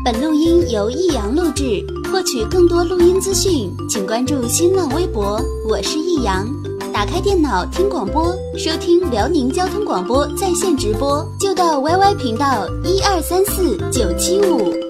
本录音由易阳录制，获取更多录音资讯，请关注新浪微博，我是易阳。打开电脑听广播，收听辽宁交通广播在线直播，就到 YY 频道1234975。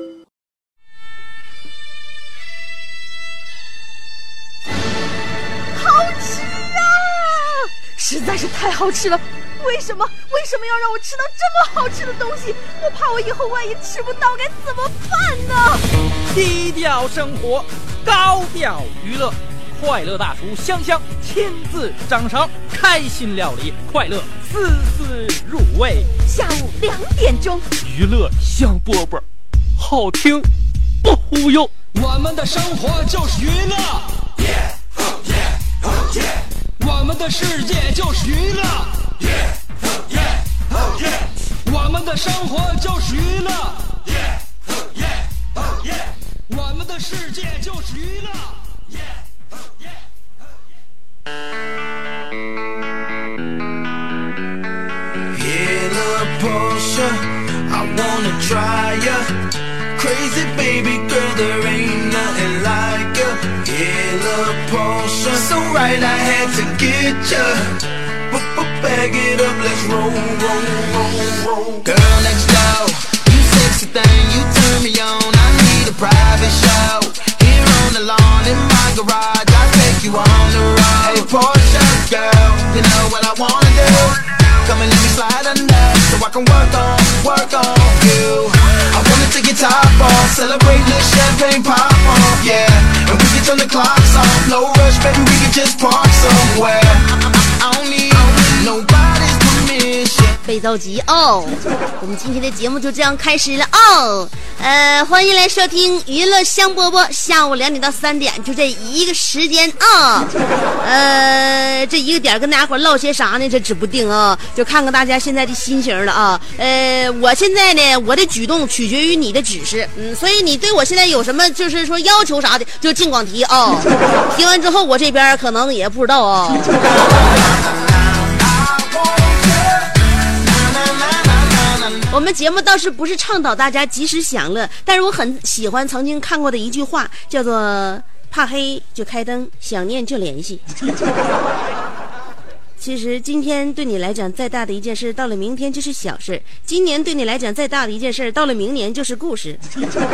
好吃啊！实在是太好吃了。为什么要让我吃到这么好吃的东西？我怕我以后万一吃不到该怎么办呢？ 低调生活，高调娱乐，快乐大厨香香亲自掌勺，开心料理，快乐丝丝入味。 下午2点钟， 娱乐香饽饽，好听不忽悠。 我们的生活就是娱乐，我们的世界就是娱乐，我们的生活就是娱乐，我们的世界就是娱乐。 In a Porsche, I wanna try ya. Crazy baby girl, there ain't nothing like ya. In a Porsche, so right I had to get ya. Bag it up, let's roll, roll, roll, roll. Girl next door, you sexy thing, you turn me on. I need a private show. Here on the lawn in my garage, I'll take you on the road. Hey Porsche girl, you know what I wanna do. Come and let me slide under, so I can work on you. I wanna take your top off, celebrate the champagne pop off, yeah. And we can turn the clocks off, no rush, baby, we can just park somewhere. I don't need nobody's permission. 别着急哦，我们今天的节目就这样开始了哦。欢迎来收听娱乐香饽饽，下午2点到3点，就这一个时间啊。这一个点跟大家伙唠些啥呢？这指不定啊，就看看大家现在的心情了啊。我现在呢，我的举动取决于你的指示，所以你对我现在有什么就是说要求啥的，就尽管提啊。提完之后，我这边可能也不知道啊。我们节目倒是不是倡导大家及时享乐，但是我很喜欢曾经看过的一句话，叫做怕黑就开灯，想念就联系。其实今天对你来讲再大的一件事，到了明天就是小事；今年对你来讲再大的一件事，到了明年就是故事。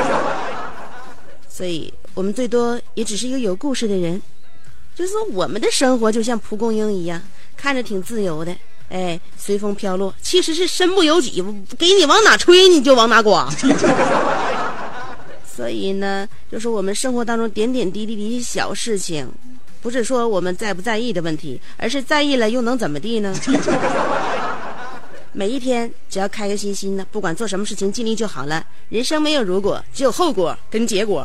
所以我们最多也只是一个有故事的人，就是说我们的生活就像蒲公英一样，看着挺自由的，随风飘落，其实是身不由己，给你往哪吹你就往哪刮。所以呢，就是我们生活当中点点滴滴的一些小事情，不是说我们在不在意的问题，而是在意了又能怎么地呢？每一天只要开开心心的，不管做什么事情尽力就好了。人生没有如果，只有后果跟结果。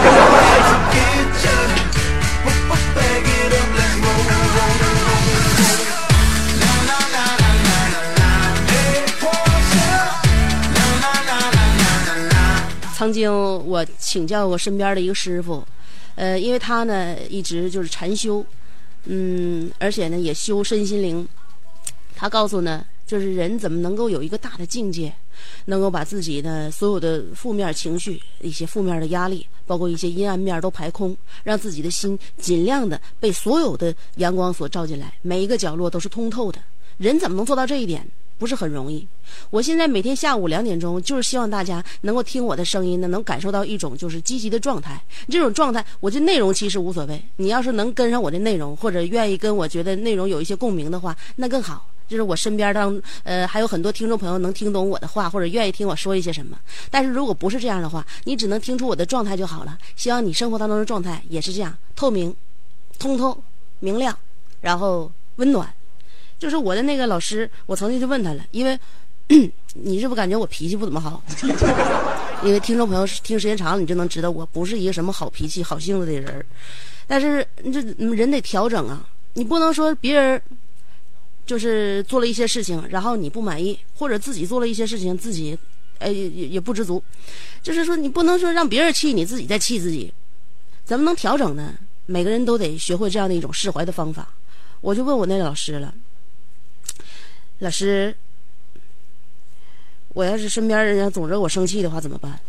曾经我请教我身边的一个师傅，因为他呢一直就是禅修，而且呢也修身心灵。他告诉呢，就是人怎么能够有一个大的境界，能够把自己的所有的负面情绪、一些负面的压力，包括一些阴暗面都排空，让自己的心尽量的被所有的阳光所照进来，每一个角落都是通透的。人怎么能做到这一点？不是很容易。我现在每天下午2点钟，就是希望大家能够听我的声音呢，能感受到一种就是积极的状态。这种状态，我这内容其实无所谓，你要是能跟上我的内容，或者愿意跟我觉得内容有一些共鸣的话，那更好。就是我身边还有很多听众朋友能听懂我的话，或者愿意听我说一些什么。但是如果不是这样的话，你只能听出我的状态就好了。希望你生活当中的状态也是这样，透明、通透、明亮，然后温暖。就是我的那个老师，我曾经就问他了，因为你是不是感觉我脾气不怎么好？因为听众朋友听时间长了，你就能知道我不是一个什么好脾气、好性子的人。但是这人得调整啊，你不能说别人就是做了一些事情，然后你不满意，或者自己做了一些事情，自己也不知足。就是说你不能说让别人气你，自己再气自己，怎么能调整呢？每个人都得学会这样的一种释怀的方法。我就问我那老师了，老师， 我要是身边人家总惹我生气的话怎么办？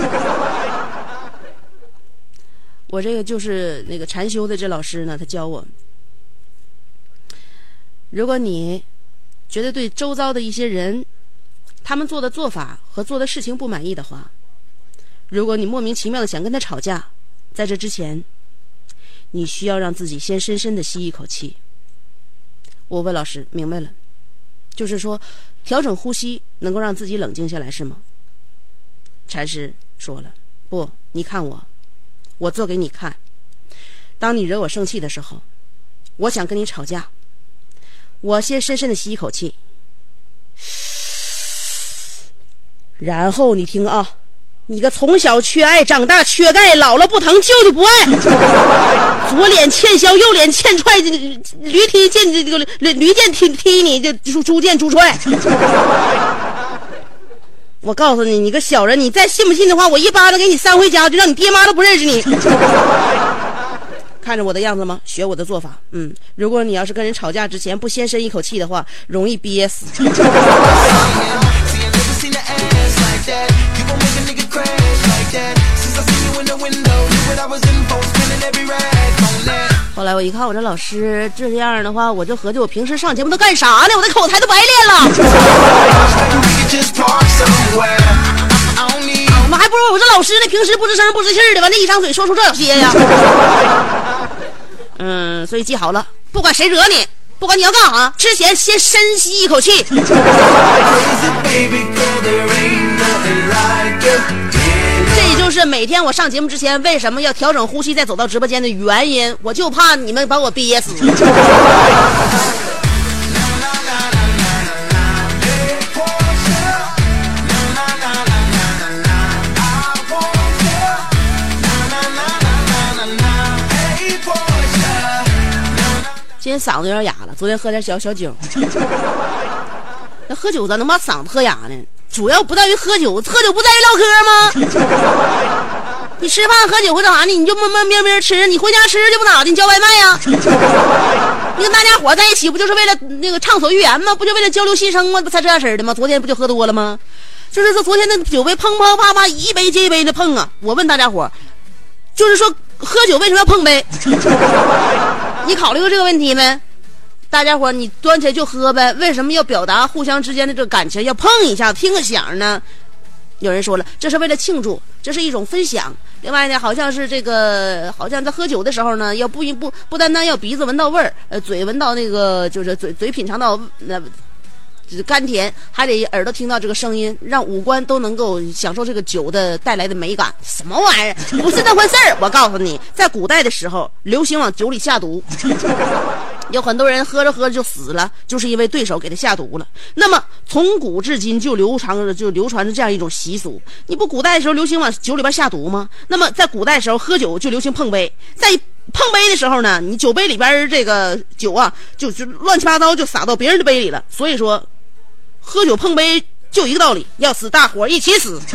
我这个就是那个禅修的这老师呢，他教我，如果你觉得对周遭的一些人他们做的做法和做的事情不满意的话，如果你莫名其妙的想跟他吵架，在这之前你需要让自己先深深的吸一口气。我问老师，明白了，就是说调整呼吸能够让自己冷静下来是吗？禅师说了，不，你看我做给你看。当你惹我生气的时候，我想跟你吵架，我先深深的吸一口气，然后你听啊，你个从小缺爱长大缺钙，老了不疼就不爱，左脸欠削右脸欠踹，驴踢见这个驴见踢你，就猪见猪踹。我告诉你，你个小人，你再信不信的话，我一巴掌给你扇回家，就让你爹妈都不认识你。看着我的样子吗？学我的做法。如果你要是跟人吵架之前不先深一口气的话，容易憋死。后来我一看我这老师这样的话，我就合计我平时上节目都干啥呢？我的口才都白练了。妈还不如我这老师呢，平时不吱声不吱气的，完了一张嘴说出这些呀。所以记好了，不管谁惹你，不管你要干啥，之前先深吸一口气。这就是每天我上节目之前为什么要调整呼吸再走到直播间的原因，我就怕你们把我憋死。今天嗓子有点哑了，昨天喝点小酒。那喝酒咋能把嗓子喝哑呢？主要不在于喝酒，喝酒不在于唠嗑吗？你吃饭喝酒会干啥呢？你就闷咩吃，你回家吃就不咋的，你叫外卖呀。你跟大家伙在一起不就是为了那个畅所欲言吗？不就为了交流心声吗？不才这样式的吗？昨天不就喝多了吗？就是说昨天那酒杯砰啪啪一杯接一杯的碰啊。我问大家伙，就是说喝酒为什么要碰杯？你考虑过这个问题没？大家伙你端起来就喝呗，为什么要表达互相之间的这个感情，要碰一下听个响呢？有人说了，这是为了庆祝，这是一种分享。另外呢，好像是这个，好像在喝酒的时候呢，要不单单要鼻子闻到味儿，嘴闻到那个就是嘴品尝到甘甜，还得耳朵听到这个声音，让五官都能够享受这个酒的带来的美感。什么玩意儿？不是那回事儿。我告诉你，在古代的时候，流行往酒里下毒。有很多人喝着喝着就死了，就是因为对手给他下毒了。那么从古至今就流传着这样一种习俗。你不古代的时候流行往酒里边下毒吗？那么在古代的时候喝酒就流行碰杯，在碰杯的时候呢，你酒杯里边这个酒啊就乱七八糟就洒到别人的杯里了。所以说喝酒碰杯就一个道理，要死大伙一起死。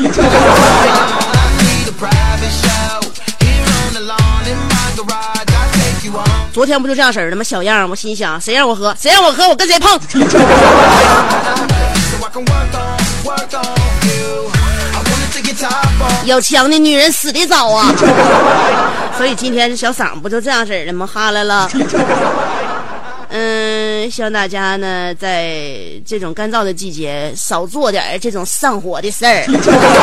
昨天不就这样式儿的吗？小样，我心想，谁让我喝，我跟谁碰。有枪的女人死得早啊！所以今天这小嗓不就这样式儿的吗？哈来了。希望大家呢，在这种干燥的季节，少做点这种上火的事儿。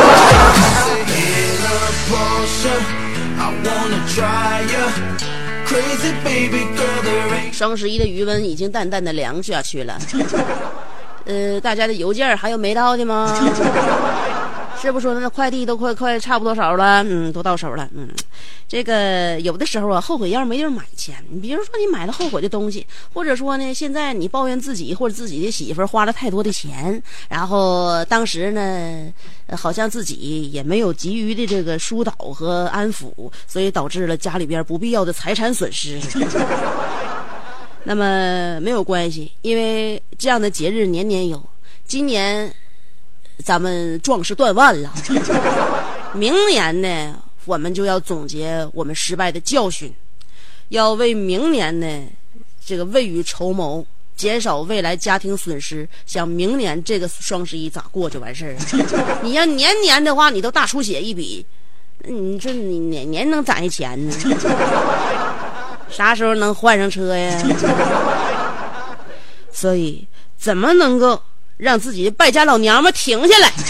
双11的余温已经淡淡的凉下去了。大家的邮件还有没到的吗？是不是说那快递都快差不多少了？都到手了。这个有的时候啊，后悔药没地儿买钱。你比如说你买了后悔的东西，或者说呢，现在你抱怨自己或者自己的媳妇花了太多的钱，然后当时呢，好像自己也没有急于的这个疏导和安抚，所以导致了家里边不必要的财产损失。那么没有关系，因为这样的节日年年有。今年咱们壮士断腕了，明年呢，我们就要总结我们失败的教训，要为明年呢这个未雨绸缪， 减少未来家庭损失，想明年这个双11咋过就完事儿了。你要年年的话，你都大出血一笔，你说你年年能攒下钱呢？啥时候能换上车呀？所以怎么能够让自己的败家老娘们停下来？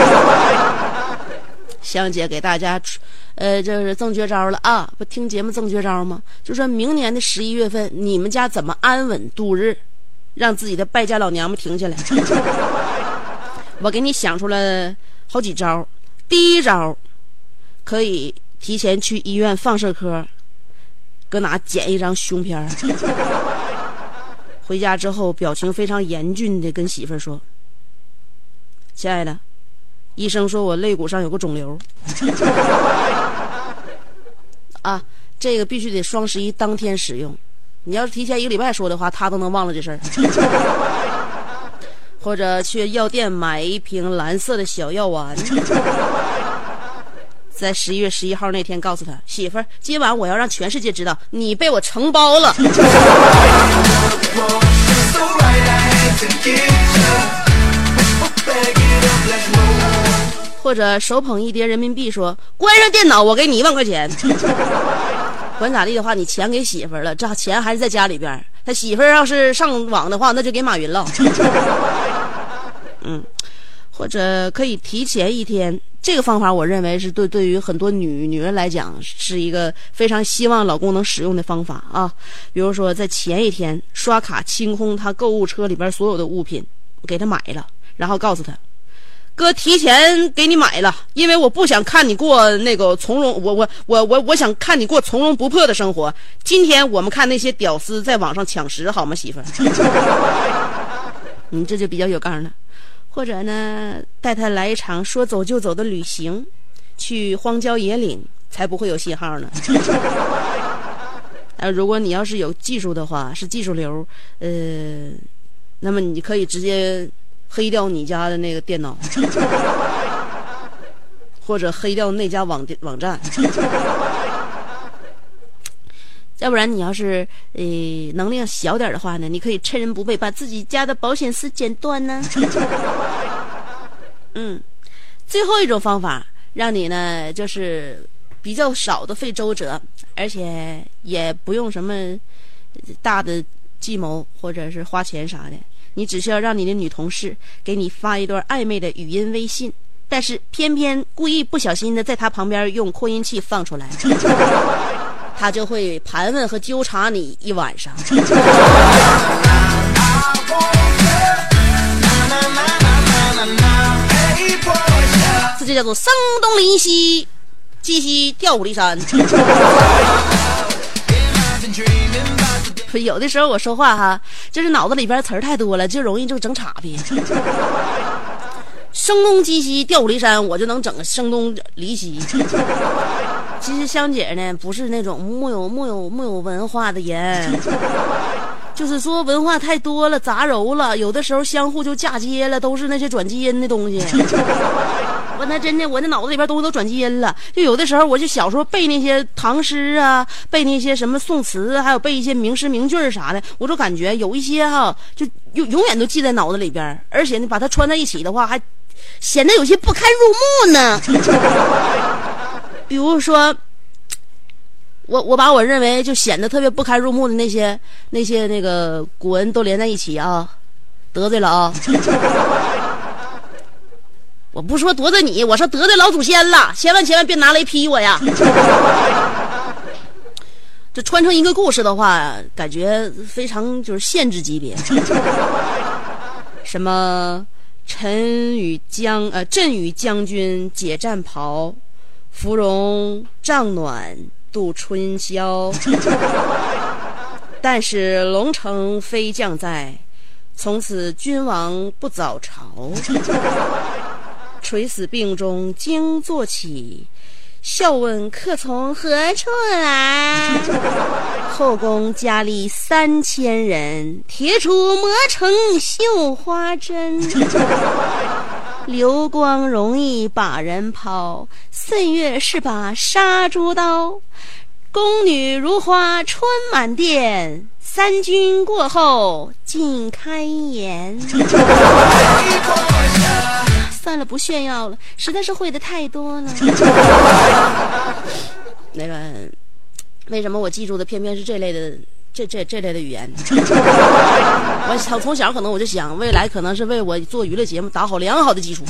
香姐给大家就是赠绝招了啊！不听节目赠绝招吗？就说明年的11月份你们家怎么安稳度日，让自己的败家老娘们停下来。我给你想出了好几招。第一招，可以提前去医院放射科搁哪剪一张胸片，回家之后表情非常严峻的跟媳妇儿说，亲爱的，医生说我肋骨上有个肿瘤啊，这个必须得双11当天使用，你要是提前1个礼拜说的话，他都能忘了这事儿。或者去药店买一瓶蓝色的小药丸，在11月11号那天告诉他，媳妇儿，今晚我要让全世界知道你被我承包了。或者手捧一叠人民币说，关上电脑我给你1万块钱。管咋地的话，你钱给媳妇儿了，这钱还是在家里边，他媳妇儿要是上网的话，那就给马云了。或者可以提前1天，这个方法我认为是对于很多女人来讲是一个非常希望老公能使用的方法啊。比如说在前1天刷卡清空他购物车里边所有的物品，给他买了，然后告诉他，哥提前给你买了，因为我不想看你过那个从容，我想看你过从容不迫的生活。今天我们看那些屌丝在网上抢食好吗，媳妇儿？这就比较有杠了。或者呢，带他来一场说走就走的旅行，去荒郊野岭，才不会有信号呢。如果你要是有技术的话，是技术流，那么你可以直接黑掉你家的那个电脑，或者黑掉那家网站。要不然你要是能量小点的话呢，你可以趁人不备把自己家的保险丝剪断呢。最后一种方法，让你呢就是比较少的费周折，而且也不用什么大的计谋或者是花钱啥的，你只需要让你的女同事给你发一段暧昧的语音微信，但是偏偏故意不小心的在她旁边用扩音器放出来，他就会盘问和纠察你一晚上。这就叫做声东击西，击西调虎离山。有的时候我说话哈，就是脑子里边词儿太多了，就容易就整岔劈。声东击西调虎离山，我就能整个声东离西。其实香姐呢不是那种木有文化的人，就是说文化太多了杂糅了，有的时候相互就嫁接了，都是那些转基因的东西。我那真的我那脑子里边东西都转基因了，就有的时候我就小时候背那些唐诗啊，背那些什么宋词，还有背一些名诗名句啥的，我就感觉有一些哈就永远都记在脑子里边，而且呢把它串在一起的话还显得有些不堪入目呢。比如说我把我认为就显得特别不堪入目的那些那个古文都连在一起啊，得罪了啊。我不说得罪你，我说得罪老祖先了，千万别拿雷劈我呀。这穿成一个故事的话，感觉非常就是限制级别。什么朕与将军解战袍，芙蓉帐暖度春宵。但是龙城飞将在，从此君王不早朝。垂死病中惊坐起，笑问客从何处来？后宫佳丽3000人，铁杵磨成绣花针。流光容易把人抛，岁月是把杀猪刀。 宫女如花春满殿，三军过后尽开颜。算了，不炫耀了，实在是会的太多了。那个，为什么我记住的偏偏是这类的这类的语言？我从小可能我就想，未来可能是为我做娱乐节目打好良好的基础。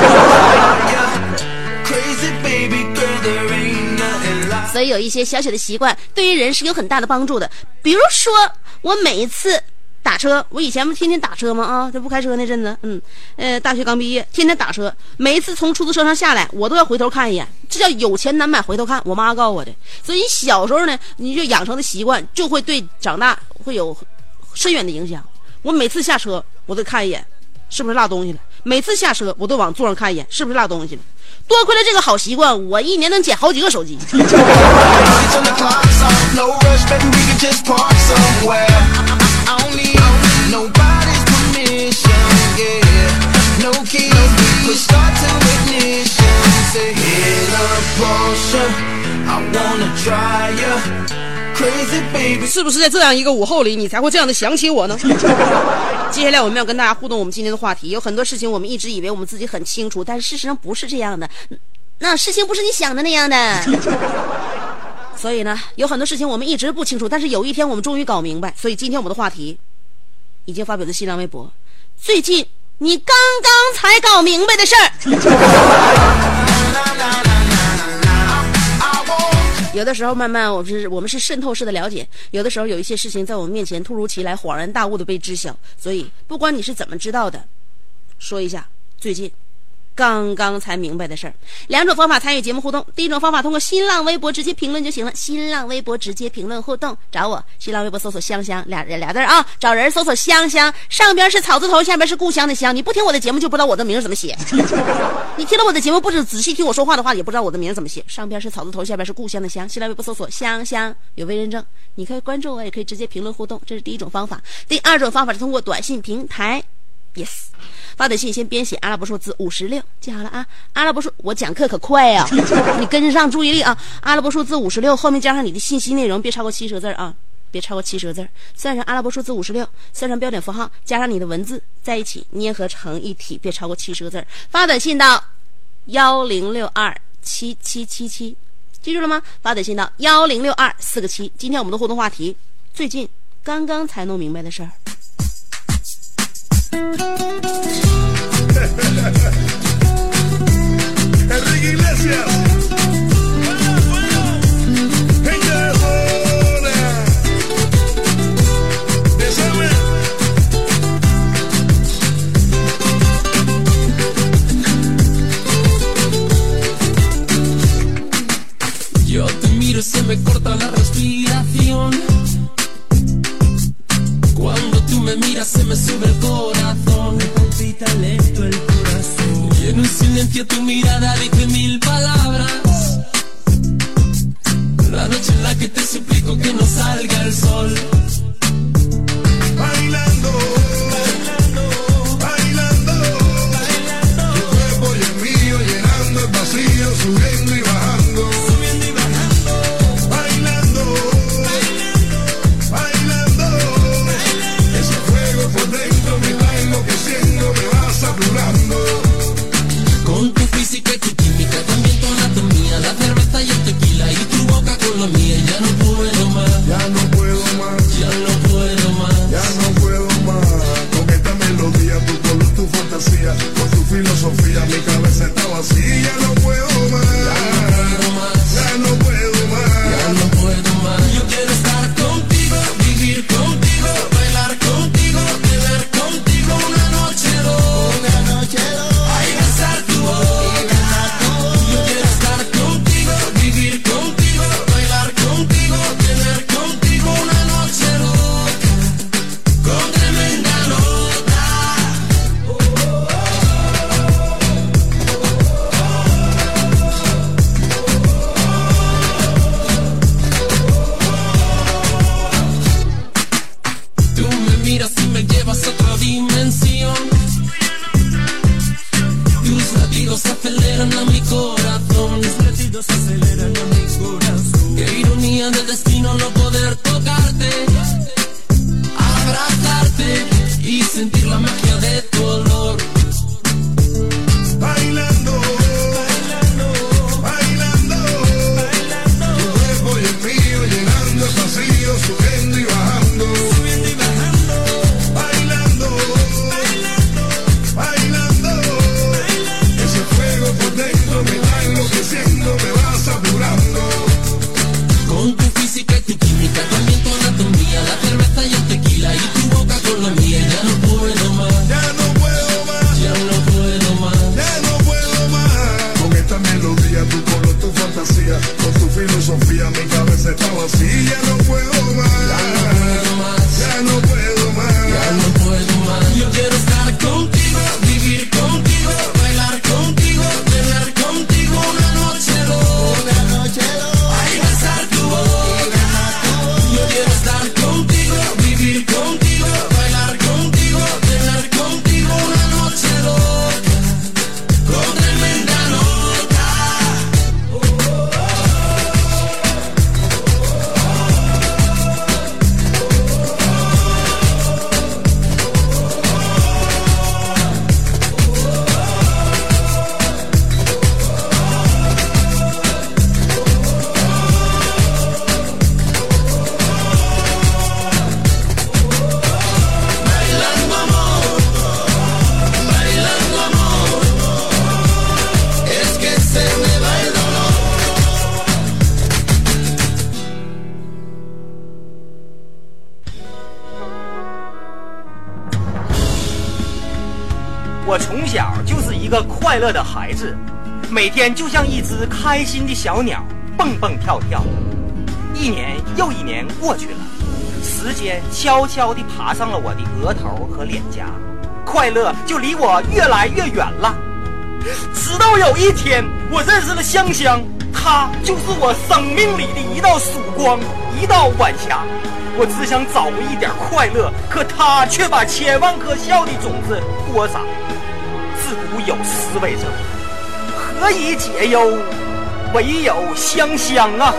所以有一些小小的习惯对于人是有很大的帮助的。比如说，我每一次打车，我以前不天天打车吗？啊，这不开车那阵子，大学刚毕业，天天打车，每一次从出租车上下来，我都要回头看一眼，这叫有钱难买回头看，我妈告诉我的。所以小时候呢，你就养成的习惯，就会对长大会有深远的影响。我每次下车，我都看一眼，是不是落东西了？每次下车，我都往座上看一眼，是不是落东西了？多亏了这个好习惯，我一年能捡好几个手机。是不是在这样一个午后里，你才会这样的想起我呢？接下来我们要跟大家互动我们今天的话题。有很多事情我们一直以为我们自己很清楚，但是事实上不是这样的，那事情不是你想的那样的。所以呢，有很多事情我们一直不清楚，但是有一天我们终于搞明白。所以今天我们的话题已经发表在新浪微博，最近你刚刚才搞明白的事儿。有的时候慢慢我们是渗透式的了解，有的时候有一些事情在我们面前突如其来恍然大悟的被知晓。所以不管你是怎么知道的，说一下最近刚刚才明白的事儿。两种方法参与节目互动，第一种方法通过新浪微博直接评论就行了，新浪微博直接评论互动，找我新浪微博搜索香香俩字啊，找人搜索香香，上边是草字头，下边是故乡的乡。你不听我的节目就不知道我的名怎么写，你听了我的节目不只仔细听我说话的话，也不知道我的名怎么写。上边是草字头，下边是故乡的乡，新浪微博搜索香香，有微认证，你可以关注我，也可以直接评论互动，这是第一种方法。第二种方法是通过短信平台，yes， 发短信先编写阿拉伯数字56，记好了啊！阿拉伯数，我讲课可快啊，你跟上，注意力啊！阿拉伯数字56后面加上你的信息内容，别超过7个字啊，别超过7个字，算上阿拉伯数字56，算上标点符号，加上你的文字在一起捏合成一体，别超过70个字。发短信到10627777，记住了吗？发短信到106247个7。今天我们的互动话题，最近刚刚才弄明白的事儿。 Enrique Iglesias, gente de zona, bésame. Yo te miro y se me corta la respiración. Cuando tú me miras se me sube el corazón, me palpita lento el corazón. Y en un silencio tu mirada dice 1000 palabras. La noche en la que te suplico que no salga el sol. Bailando, bailando, bailando, bailando. Tu cuerpo y el mío llenando el vacío, subiendo y bajando, subiendo y bajando. Bailando, bailando, bailando. Ese fuego por dentro me va enloqueciendo, me va saturando. Con tu física y tu química, también tu anatomía, la cerveza y el tequila y tu boca con la mía. Ya no puedo más, ya no puedo más, ya no puedo más, ya no puedo más. Con esta melodía, tu color, tu fantasía, con tu filosofía, mi cabeza está vacía. Ya no puedo más, ya no puedo más, ya no puedo más, ya no puedo más. Yo quiero estar contigo, vivir contigo, bailar contigo, beber contigo una noche dos, una noche dos. Ay, besar tu boca. Yo quiero estar contigo, vivir contigo, bailar contigo, tener contigo una noche loca, con tremenda nota. Tú me miras y me llevas a otra dimensión. Tus latidos aceleran a mi corazón. Tus latidos aceleran a mi corazón. Qué ironía de tu color, tu fantasía, con tu filosofía, mi cabeza está vacía. Ya no puedo más, ya no puedo más. Yo quiero estar contigo, vivir contigo, bailar contigo, tener contigo una noche loca. Ay, besar tu boca. Yo quiero estar contigo, vivir contigo, bailar contigo, tener contigo una noche loca. Con tremenda nota. 我从小就是一个快乐的孩子，每天就像一只开心的小鸟，蹦蹦跳跳。一年又一年过去了，时间悄悄地爬上了我的额头和脸颊，快乐就离我越来越远了。直到有一天，我认识了香香，她就是我生命里的一道曙光，一道晚霞。我只想找回一点快乐，可她却把千万颗笑的种子播撒。自古有诗为证，何以解忧，唯有香香啊。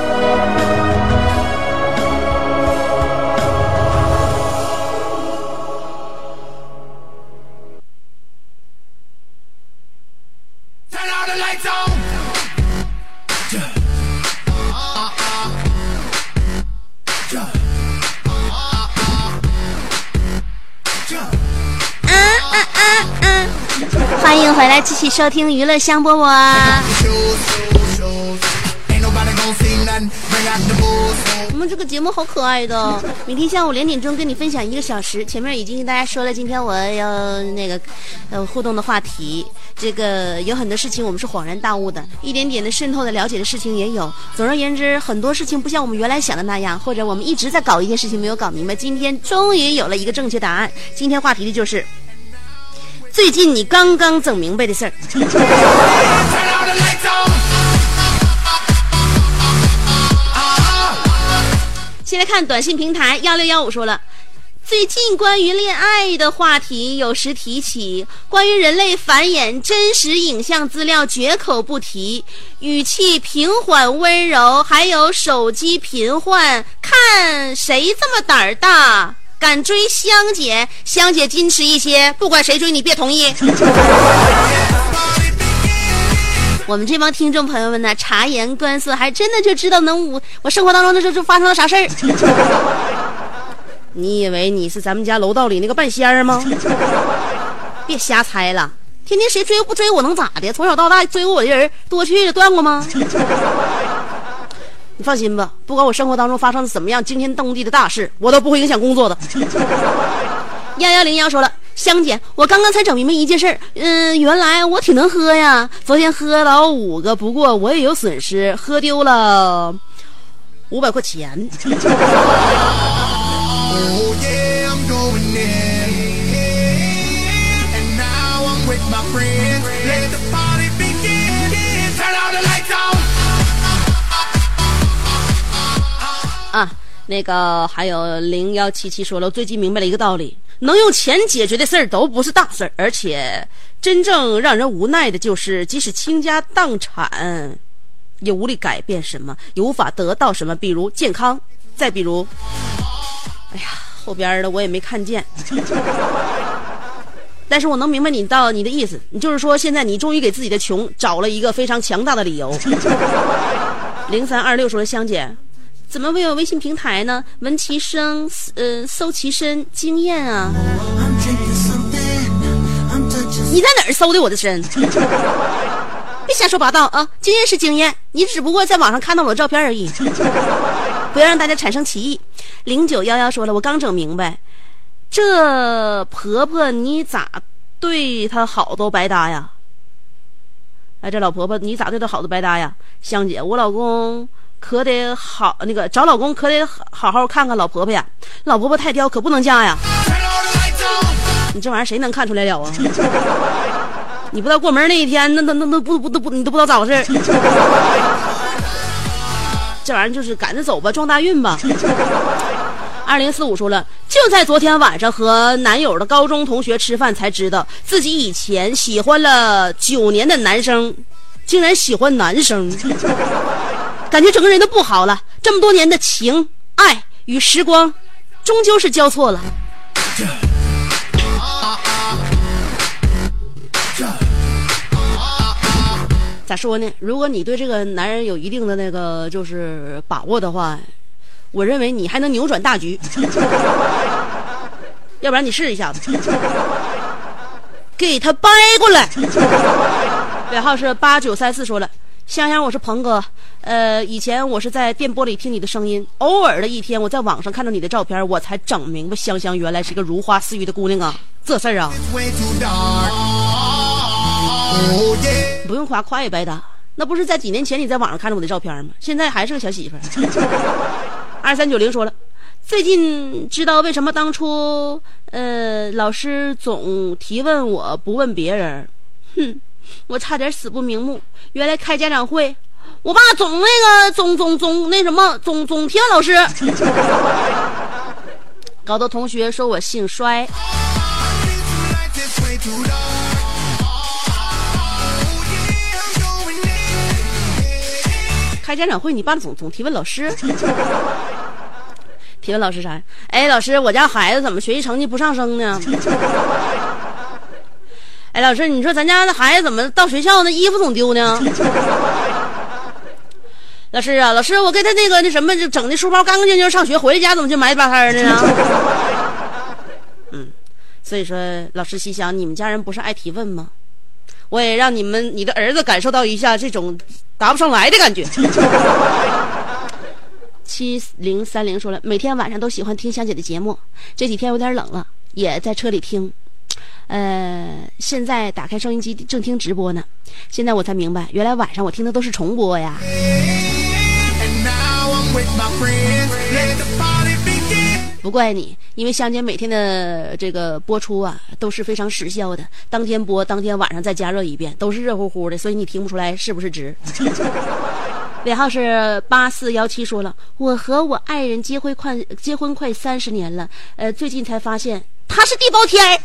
欢迎回来，继续收听娱乐香饽饽。我们这个节目好可爱的，每天下午2点钟跟你分享1个小时。前面已经跟大家说了，今天我要那个互动的话题，这个有很多事情我们是恍然大悟的，一点点的渗透的了解的事情也有。总而言之，很多事情不像我们原来想的那样，或者我们一直在搞一件事情没有搞明白，今天终于有了一个正确答案。今天话题的就是最近你刚刚整明白的事儿。先来看短信平台1615说了，最近关于恋爱的话题有时提起，关于人类繁衍真实影像资料绝口不提，语气平缓温柔，还有手机频唤，看谁这么胆儿大，敢追香姐，香姐矜持一些，不管谁追你别同意。我们这帮听众朋友们呢，察言观色，还真的就知道我生活当中的就发生了啥事儿。你以为你是咱们家楼道里那个半仙儿吗？别瞎猜了，天天谁追不追我能咋的？从小到大追过我的人多去也断过吗？你放心吧，不管我生活当中发生了怎么样惊天动地的大事，我都不会影响工作的。1101说了，香姐，我刚刚才整明白一件事儿，原来我挺能喝呀，昨天喝了5个，不过我也有损失，喝丢了500块钱。 Oh yeah, I'm going in. And now I'm with my friends. Let the party begin. Turn all the lights on. 啊，那个还有0177说了，我最近明白了一个道理，能用钱解决的事儿都不是大事儿，而且真正让人无奈的就是，即使倾家荡产，也无力改变什么，也无法得到什么，比如健康，再比如，哎呀，后边的我也没看见。但是我能明白你的意思，你就是说现在你终于给自己的穷找了一个非常强大的理由。0326说，香姐，怎么会有微信平台呢？闻其声，搜其身，惊艳啊！你在哪儿搜的我的身？别瞎说八道啊！经验是经验，你只不过在网上看到我的照片而已，不要让大家产生歧义。0911说了，我刚整明白，这婆婆你咋对她好都白搭呀？ 哎，这老婆婆你咋对她好的白搭呀？香姐，我老公可得好，那个找老公可得好好看看老婆婆呀，老婆婆太挑，可不能嫁呀。你这玩意儿谁能看出来了啊？你不知道过门那一天，那不你都不知道咋回事。这玩意儿就是赶着走吧，撞大运吧。2045说了，就在昨天晚上和男友的高中同学吃饭，才知道自己以前喜欢了9年的男生，竟然喜欢男生，感觉整个人都不好了。这么多年的情爱与时光，终究是交错了。咋说呢？如果你对这个男人有一定的那个就是把握的话，我认为你还能扭转大局。要不然你试一下子，给他掰过来。尾号是8934说了，香香，我是鹏哥，以前我是在电波里听你的声音，偶尔的一天我在网上看到你的照片，我才整明白香香原来是个如花似玉的姑娘啊，这事儿啊。不用夸也白搭，那不是在几年前你在网上看着我的照片吗？现在还是个小媳妇儿。2390说了，最近知道为什么当初老师总提问我不问别人，我差点死不瞑目。原来开家长会，我爸总提问老师，搞得同学说我姓衰。开家长会你爸总提问老师。提问老师啥？哎，老师，我家孩子怎么学习成绩不上升呢？哎，老师，你说咱家的孩子怎么到学校那衣服总丢呢？老师啊，老师，我给他那什么，就整的书包干干净净上学，回来家怎么就埋巴摊的呢？所以说，老师心想，你们家人不是爱提问吗？我也让你的儿子感受到一下这种答不上来的感觉。7030说了，每天晚上都喜欢听香姐的节目，这几天有点冷了，也在车里听。现在打开收音机正听直播呢，现在我才明白，原来晚上我听的都是重播呀。不怪你，因为香姐每天的这个播出啊都是非常时效的，当天播当天晚上再加热一遍，都是热乎乎的，所以你听不出来是不是值。尾号是8417说了，我和我爱人结婚快30年了，最近才发现他是地包天。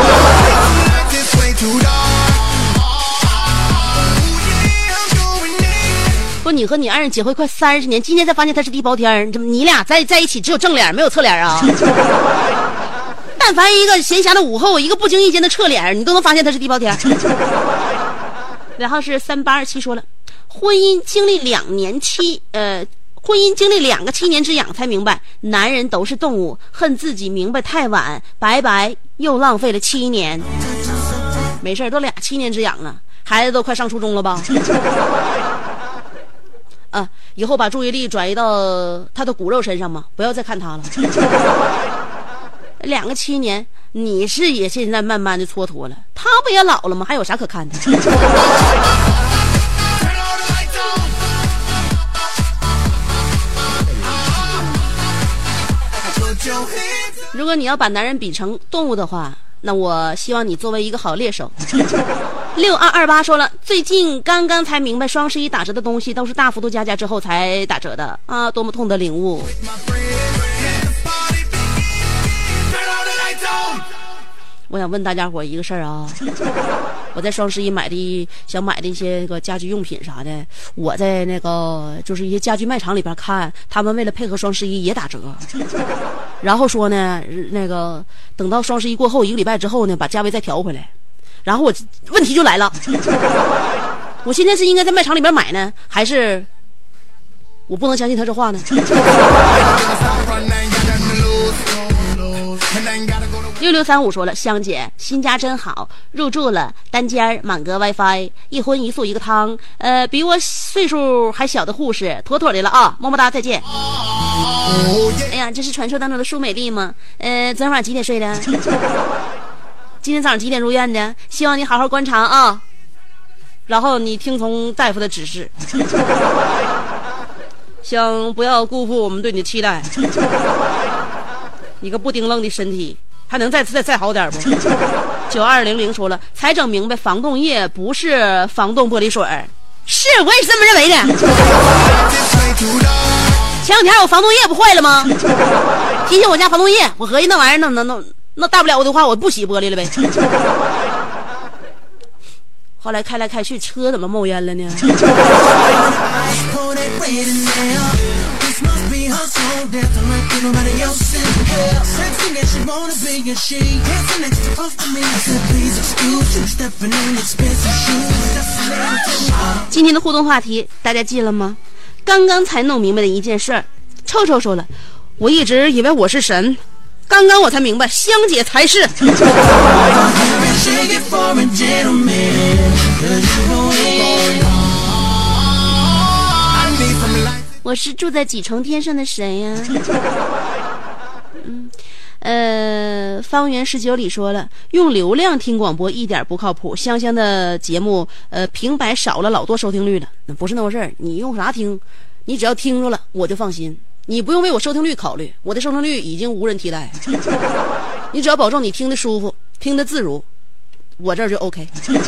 不，你和你爱人结婚快30年，今天才发现他是地包天，你俩在一起只有正脸没有侧脸啊？但凡一个闲暇的午后，一个不经意间的侧脸，你都能发现他是地包天。尾号是3827说了，婚姻经历2个7年之痒，才明白男人都是动物，恨自己明白太晚，白白又浪费了7年。没事，都7年之痒了，孩子都快上初中了吧？以后把注意力转移到他的骨肉身上嘛，不要再看他了。2个7年，你是也现在慢慢的蹉跎了，他不也老了吗？还有啥可看的？如果你要把男人比成动物的话，那我希望你作为一个好猎手。6228说了，最近刚刚才明白双11打折的东西都是大幅度加价之后才打折的啊，多么痛的领悟。我想问大家伙一个事儿啊，我在双11想买的一些个家居用品啥的，我在那个就是一些家居卖场里边看，他们为了配合双11也打折，然后说呢，那个等到双11过后1个礼拜之后呢，把价位再调回来。然后问题就来了，我现在是应该在卖场里边买呢，还是我不能相信他这话呢？6635说了，香姐新家真好，入住了单间满格 WiFi， 一荤一素一个汤，比我岁数还小的护士妥妥的了啊，么么哒，再见。哎呀，这是传说当中的舒美丽吗？昨天晚上几点睡的？今天早上几点入院的？希望你好好观察啊。 然后你听从大夫的指示，想不要辜负我们对你的期待。你个不丁愣的身体，还能再好点不？9200说了，才整明白防冻液不是防冻玻璃水，是我也是这么认为的。前两天我防冻液不坏了吗？提醒我家防冻液，我合计那玩意儿那大不了的话，我不洗玻璃了呗。后来开来开去，车怎么冒烟了呢？今天的互动话题大家记了吗？刚刚才弄明白的一件事儿。臭臭说了，我一直以为我是神，刚刚我才明白香姐才是。我是住在几重天上的神呀。方圆19里说了，用流量听广播一点不靠谱，香香的节目平白少了老多收听率了。那不是那回事儿，你用啥听？你只要听着了我就放心，你不用为我收听率考虑，我的收听率已经无人替代。你只要保证你听得舒服，听得自如，我这儿就 OK。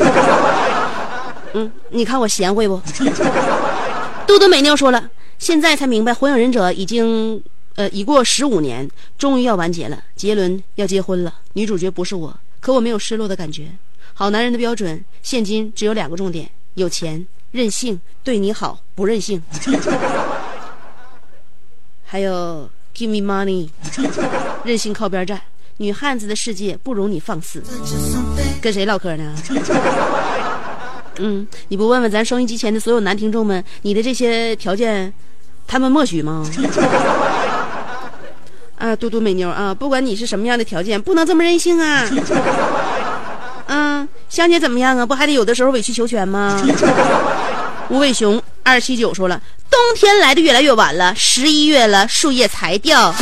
你看我贤惠不？嘟嘟美妞说了，现在才明白火影忍者已过15年，终于要完结了，杰伦要结婚了，女主角不是我，可我没有失落的感觉。好男人的标准现今只有2个重点，有钱、任性，对你好不任性。还有 give me money， 任性靠边站。女汉子的世界不容你放肆。跟谁唠嗑呢？你不问问咱收音机前的所有男听众们，你的这些条件他们默许吗？啊，嘟嘟美妞啊，不管你是什么样的条件，不能这么任性啊。香姐怎么样啊？不还得有的时候委曲求全吗？无尾熊279说了，冬天来的越来越晚了，11月了，树叶才掉。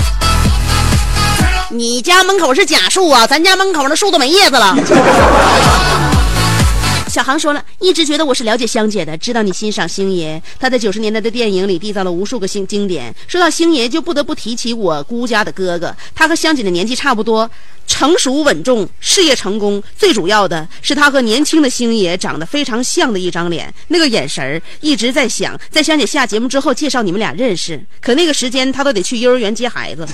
你家门口是假树啊，咱家门口的树都没叶子了。小航说了，一直觉得我是了解香姐的，知道你欣赏星爷，他在90年代的电影里缔造了无数个经典。说到星爷，就不得不提起我姑家的哥哥，他和香姐的年纪差不多，成熟稳重，事业成功，最主要的是他和年轻的星爷长得非常像的一张脸，那个眼神儿，一直在想在香姐下节目之后介绍你们俩认识，可那个时间他都得去幼儿园接孩子。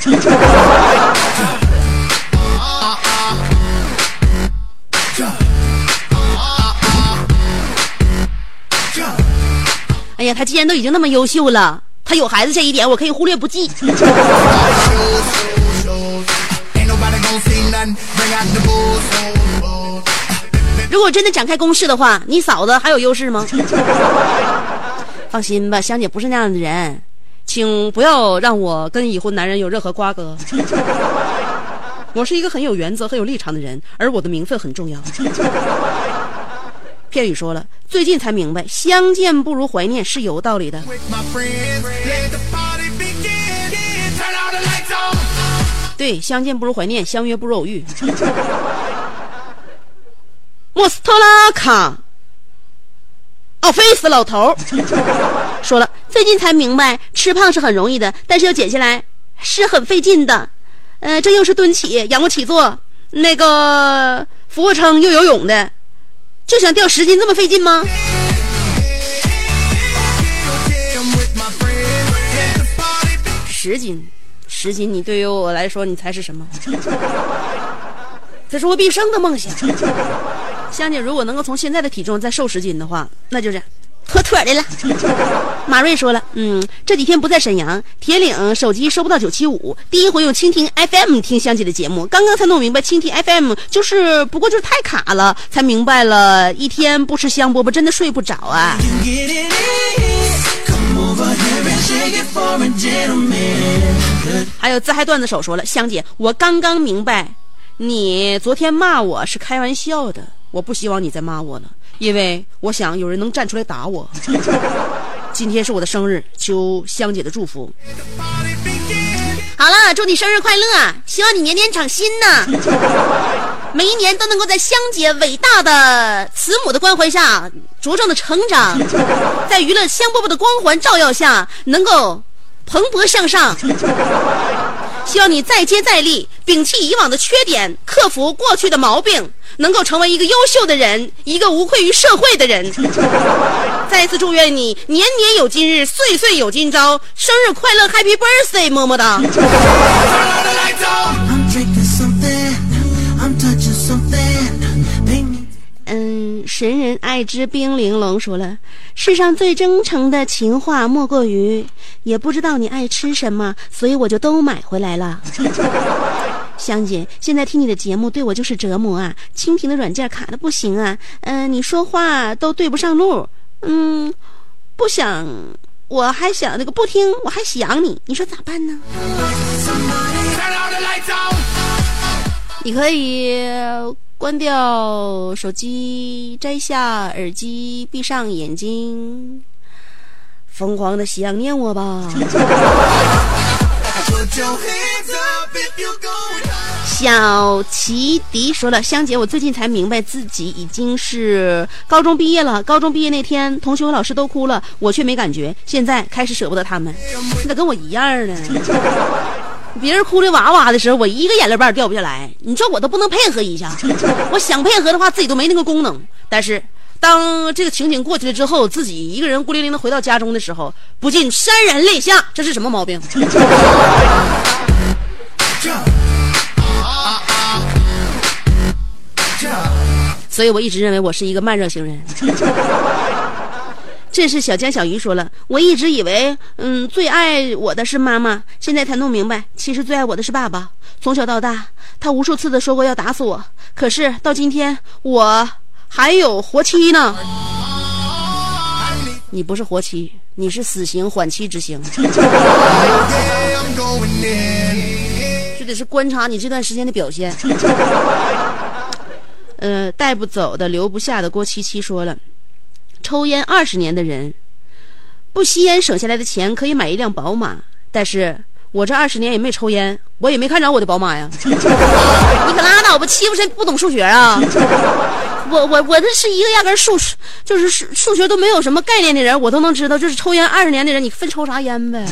哎呀，他既然都已经那么优秀了，他有孩子这一点我可以忽略不计。如果真的展开攻势的话，你嫂子还有优势吗？放心吧，香姐不是那样的人，请不要让我跟已婚男人有任何瓜葛。我是一个很有原则很有立场的人，而我的名分很重要。片语说了，最近才明白相见不如怀念是有道理的。对，相见不如怀念，相约不如偶遇。莫斯特拉卡奥菲斯老头说了，最近才明白吃胖是很容易的，但是要减下来是很费劲的。这又是蹲起仰卧起坐，那个俯卧撑又游泳的，就想掉10斤这么费劲吗？10斤，你对于我来说，你才是什么？这是我毕生的梦想。香姐如果能够从现在的体重再瘦10斤的话，那就是妥妥的了。马瑞说了，这几天不在沈阳，铁岭手机收不到975，第一回用蜻蜓 FM 听香姐的节目，刚刚才弄明白蜻蜓 FM 不过就是太卡了，才明白了一天不吃香饽饽真的睡不着啊。还有自嗨段子手说了，香姐，我刚刚明白你昨天骂我是开玩笑的，我不希望你再骂我了，因为我想有人能站出来打我。今天是我的生日，求香姐的祝福。好了，祝你生日快乐，希望你年年长新呢。 每一年都能够在香姐伟大的慈母的关怀下茁壮的成长，在娱乐香饽饽的光环照耀下能够蓬勃向上。希望你再接再厉，摒弃以往的缺点，克服过去的毛病，能够成为一个优秀的人，一个无愧于社会的人。再一次祝愿你年年有今日，岁岁有今朝，生日快乐 ，Happy Birthday， 么么哒。神人爱之冰玲珑说了，世上最真诚的情话莫过于也不知道你爱吃什么，所以我就都买回来了。香姐，现在听你的节目对我就是折磨啊，蜻蜓的软件卡的不行啊，你说话都对不上路，不想我还想不听我还想你，你说咋办呢？你可以关掉手机，摘下耳机，闭上眼睛，疯狂的想念我吧。小奇迪说了，香姐，我最近才明白自己已经是高中毕业了。高中毕业那天，同学和老师都哭了，我却没感觉。现在开始舍不得他们，你咋跟我一样呢？别人哭的哇哇的时候，我一个眼泪瓣掉不下来。你说我都不能配合一下，我想配合的话，自己都没那个功能。但是当这个情景过去了之后，自己一个人孤零零的回到家中的时候，不禁潸然泪下。这是什么毛病？所以我一直认为我是一个慢热型人。这是小江小鱼说了，我一直以为最爱我的是妈妈，现在才弄明白，其实最爱我的是爸爸。从小到大，他无数次的说过要打死我，可是到今天我还有活期呢。你不是活期，你是死刑缓期执行。这得是观察你这段时间的表现。带不走的留不下的郭七七说了，抽烟20年的人，不吸烟省下来的钱可以买一辆宝马，但是我这20年也没抽烟，我也没看着我的宝马呀。你可拉倒吧，欺负谁不懂数学啊？我这是一个压根数学都没有什么概念的人，我都能知道，就是抽烟20年的人，你分抽啥烟呗？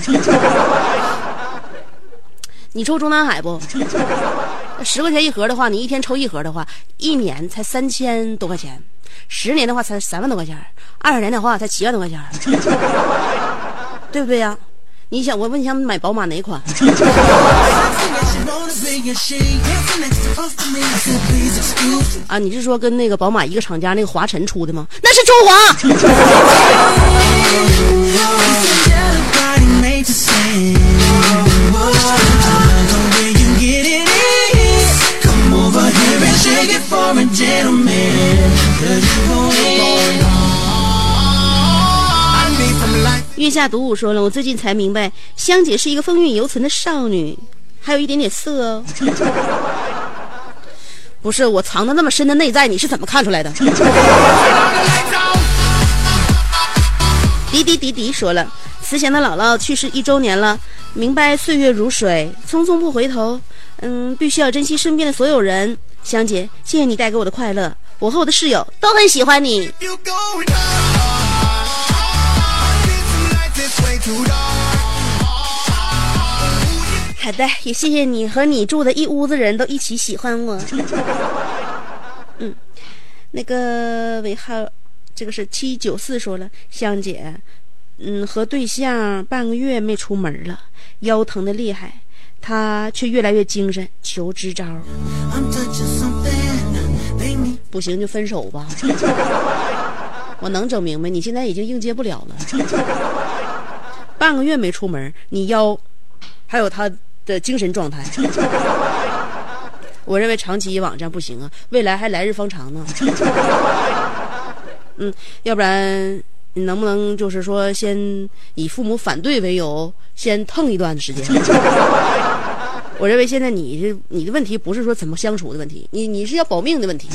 你抽中南海不？10块钱一盒的话，你一天抽一盒的话，1年才3000多块钱，10年的话才3万多块钱，20年的话才7万多块钱，对不对呀？你想，我问你想买宝马哪款？啊，你是说跟那个宝马一个厂家那个华晨出的吗？那是中华。月下独舞说了，我最近才明白，香姐是一个风韵犹存的少女，还有一点点色哦。不是我藏的那么深的内在，你是怎么看出来的？迪说了，慈祥的姥姥去世1周年了，明白岁月如水，匆匆不回头。必须要珍惜身边的所有人。香姐，谢谢你带给我的快乐，我和我的室友都很喜欢你。好的，也谢谢你和你住的一屋子人都一起喜欢我。那个尾号这个是794说了，香姐和对象半个月没出门了，腰疼的厉害，他却越来越精神，求支招。不行就分手吧。我能整明白，你现在已经应接不了了。半个月没出门，你腰还有他的精神状态，我认为长期以往这样不行啊，未来还来日方长呢。要不然你能不能就是说先以父母反对为由先腾一段时间。我认为现在你的问题不是说怎么相处的问题，你是要保命的问题。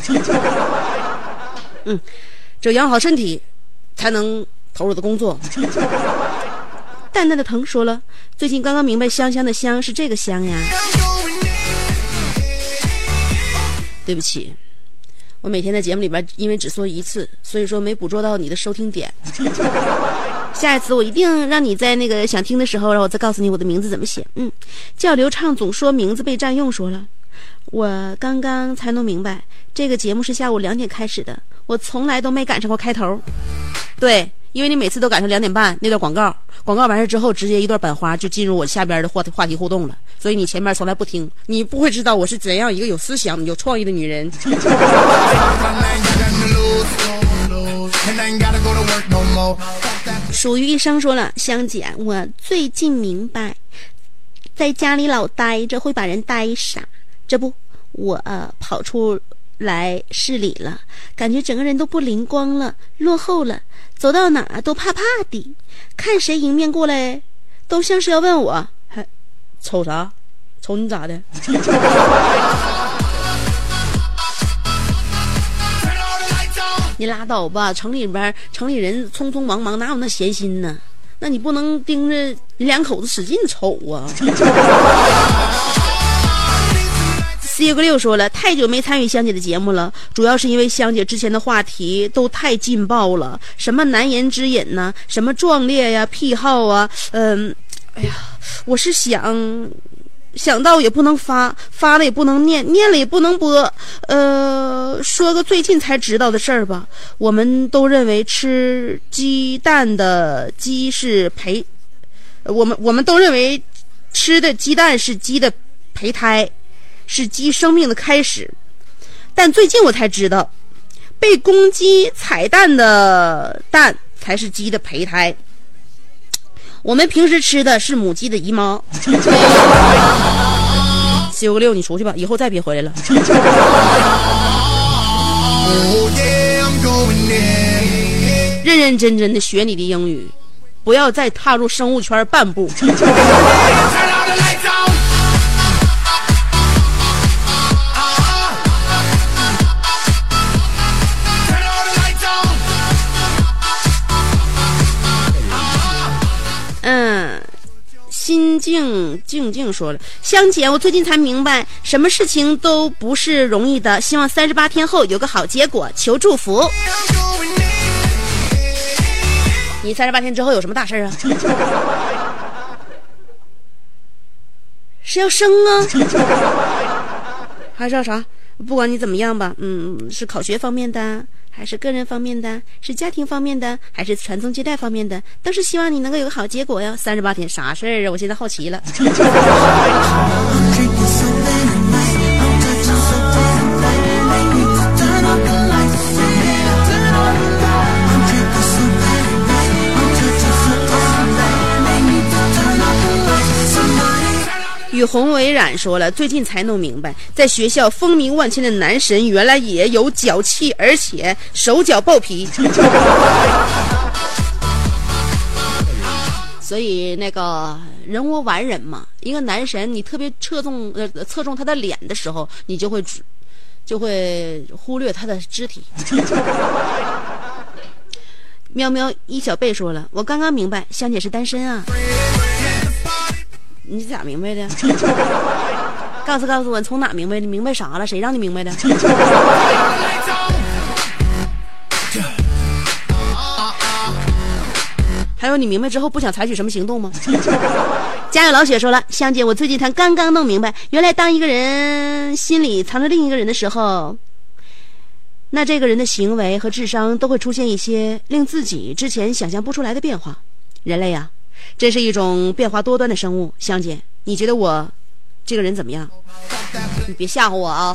只有养好身体才能投入的工作。淡淡的疼说了，最近刚刚明白香香的香是这个香呀。 对不起，我每天在节目里边因为只说一次，所以说没捕捉到你的收听点。下一次我一定让你在那个想听的时候，让我再告诉你我的名字怎么写。叫刘畅总说名字被占用，说了，我刚刚才弄明白，这个节目是下午2点开始的，我从来都没赶上过开头。对，因为你每次都赶上2点半那段广告完事之后，直接一段版花就进入我下边的话题互动了，所以你前面从来不听，你不会知道我是怎样一个有思想有创意的女人。属于一生说了，香姐，我最近明白，在家里老待着会把人呆傻，这不我跑出来市里了，感觉整个人都不灵光了，落后了，走到哪都怕怕的，看谁迎面过来都像是要问我，还瞅啥？瞅你咋的？你拉倒吧，城里人匆匆忙忙，哪有那闲心呢？那你不能盯着你2口子使劲瞅啊。466说了，太久没参与香姐的节目了，主要是因为香姐之前的话题都太劲爆了，什么难言之隐呢，什么壮烈呀、癖好啊，哎呀，我是想到也不能发了也不能念了也不能播，说个最近才知道的事儿吧。我们都认为吃鸡蛋的鸡是我们都认为吃的鸡蛋是鸡的胚胎，是鸡生命的开始。但最近我才知道，被公鸡踩蛋的蛋才是鸡的胚胎。我们平时吃的是母鸡的姨妈。466，你出去吧，以后再别回来了。认认真真的学你的英语，不要再踏入生物圈半步。心静说了，香姐，我最近才明白，什么事情都不是容易的，希望38天后有个好结果，求祝福。你38天之后有什么大事啊？是要生啊，还是要啥？不管你怎么样吧，是考学方面的，还是个人方面的，是家庭方面的，还是传宗接代方面的，都是希望你能够有个好结果呀。38天啥事儿啊？我现在好奇了。与洪为冉说了，最近才弄明白，在学校风靡万千的男神原来也有脚气，而且手脚爆皮。所以那个人无完人嘛，一个男神你特别侧重他的脸的时候，你就会忽略他的肢体。喵喵一小贝说了，我刚刚明白香姐是单身啊。你咋明白的？告诉我，你从哪明白的？你明白啥了？谁让你明白的？还有你明白之后不想采取什么行动吗？家有老雪说了，香姐，我最近才刚刚弄明白，原来当一个人心里藏着另一个人的时候，那这个人的行为和智商都会出现一些令自己之前想象不出来的变化。人类啊，这是一种变化多端的生物。香姐，你觉得我这个人怎么样？你别吓唬我啊！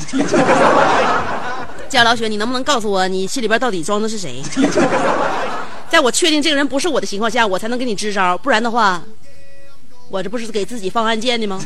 家老雪，你能不能告诉我你心里边到底装的是谁？在我确定这个人不是我的情况下，我才能给你支招，不然的话我这不是给自己放暗箭的吗？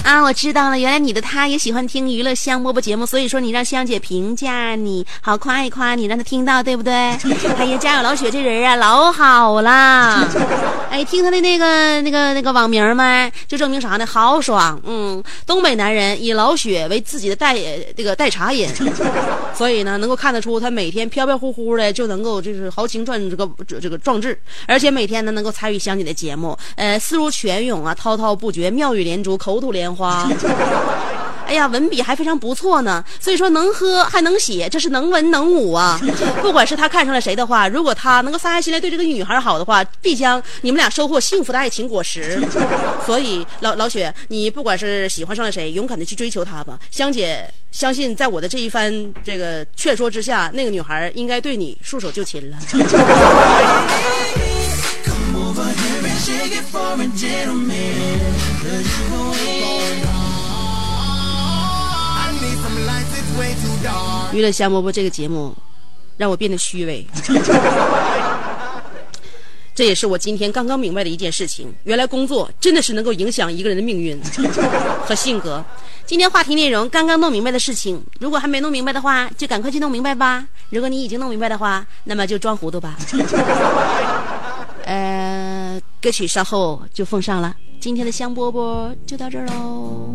啊，我知道了，原来你的他也喜欢听娱乐香饽饽节目，所以说你让香姐评价你，好夸一夸你，让他听到，对不对？哎呀，家有老雪这人啊，老好啦！哎，听他的那个网名嘛，就证明啥呢？豪爽。东北男人以老雪为自己的代茶饮，所以呢，能够看得出他每天飘飘忽忽的就能够就是豪情这个壮志，而且每天呢能够参与香姐的节目，思如泉涌啊，滔滔不绝，妙语连珠，口吐莲花。哎呀，文笔还非常不错呢，所以说能喝还能写，这是能文能武啊！不管是他看上了谁的话，如果他能够撒下心来对这个女孩好的话，必将你们俩收获幸福的爱情果实。所以老雪，你不管是喜欢上了谁，勇敢的去追求他吧。香姐相信，在我的这一番这个劝说之下，那个女孩应该对你束手就擒了。娱乐香饽饽这个节目让我变得虚伪，这也是我今天刚刚明白的一件事情，原来工作真的是能够影响一个人的命运和性格。今天话题内容刚刚弄明白的事情，如果还没弄明白的话，就赶快去弄明白吧。如果你已经弄明白的话，那么就装糊涂吧。歌曲稍后就奉上了，今天的香饽饽就到这儿喽。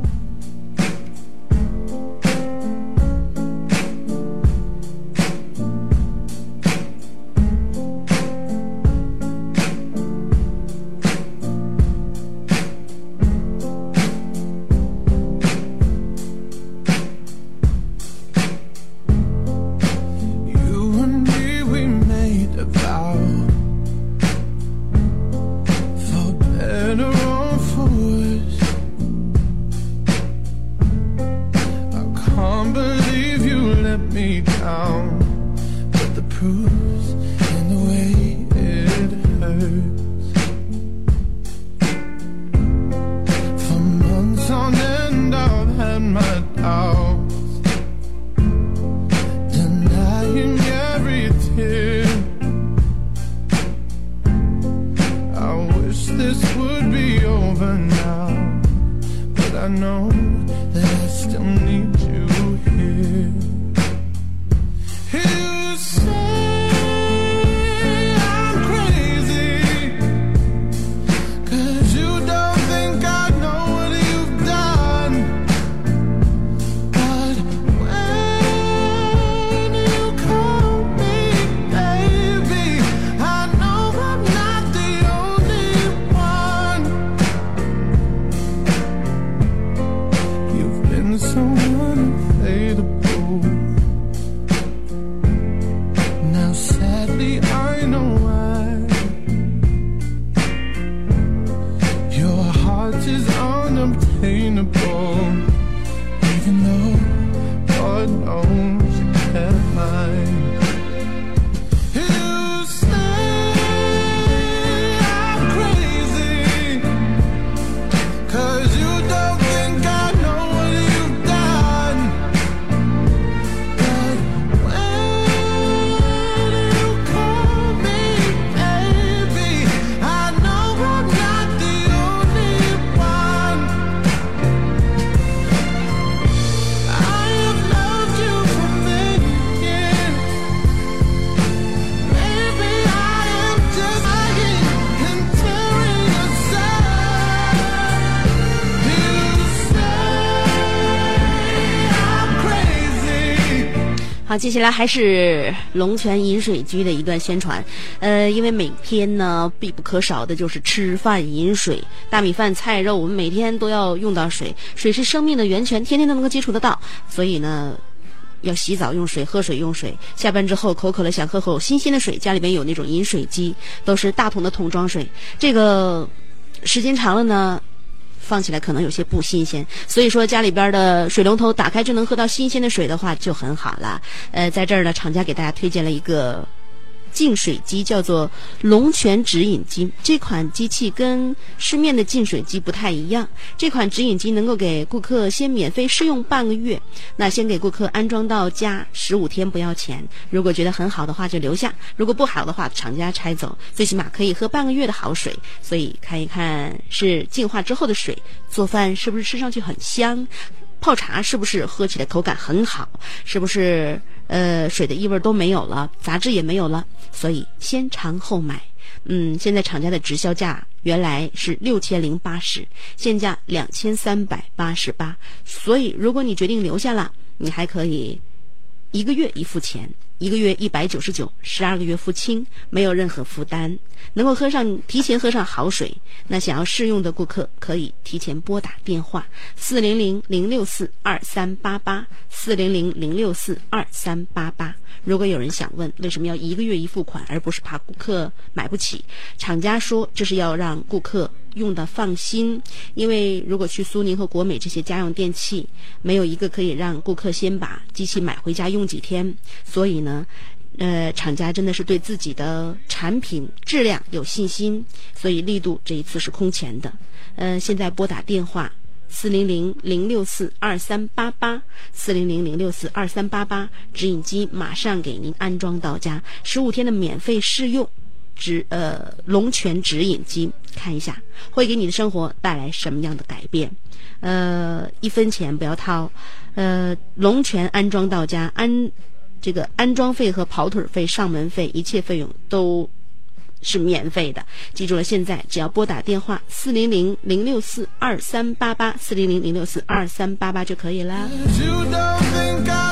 好，接下来还是龙泉饮水居的一段宣传。因为每天呢必不可少的就是吃饭饮水，大米饭菜肉我们每天都要用到水，水是生命的源泉，天天都能够接触得到，所以呢要洗澡用水，喝水用水，下班之后口渴了想喝口新鲜的水，家里边有那种饮水机，都是大桶的桶装水，这个时间长了呢放起来可能有些不新鲜，所以说家里边的水龙头打开就能喝到新鲜的水的话就很好了。在这儿呢厂家给大家推荐了一个净水机，叫做龙泉直饮机。这款机器跟市面的净水机不太一样，这款直饮机能够给顾客先免费试用半个月，那先给顾客安装到家，15天不要钱。如果觉得很好的话就留下，如果不好的话厂家拆走，最起码可以喝半个月的好水。所以看一看是净化之后的水，做饭是不是吃上去很香，泡茶是不是喝起来口感很好，是不是水的异味都没有了，杂质也没有了。所以先尝后买。现在厂家的直销价原来是6080，现价2388。所以如果你决定留下了，你还可以1个月一付钱，1个月199，12个月付清，没有任何负担，能够提前喝上好水。那想要试用的顾客可以提前拨打电话400-064-2388，400-064-2388。如果有人想问为什么要1个月一付款，而不是怕顾客买不起，厂家说这是要让顾客用的放心，因为如果去苏宁和国美这些家用电器，没有一个可以让顾客先把机器买回家用几天，所以呢厂家真的是对自己的产品质量有信心，所以力度这一次是空前的。现在拨打电话400-064-2388，400-064-2388，直饮机马上给您安装到家，15天的免费试用。龙泉直饮机，看一下会给你的生活带来什么样的改变。1分钱不要掏，龙泉安装到家，这个安装费和跑腿费、上门费，一切费用都是免费的。记住了，现在只要拨打电话400-064-2388，400-064-2388就可以了。 You don't think I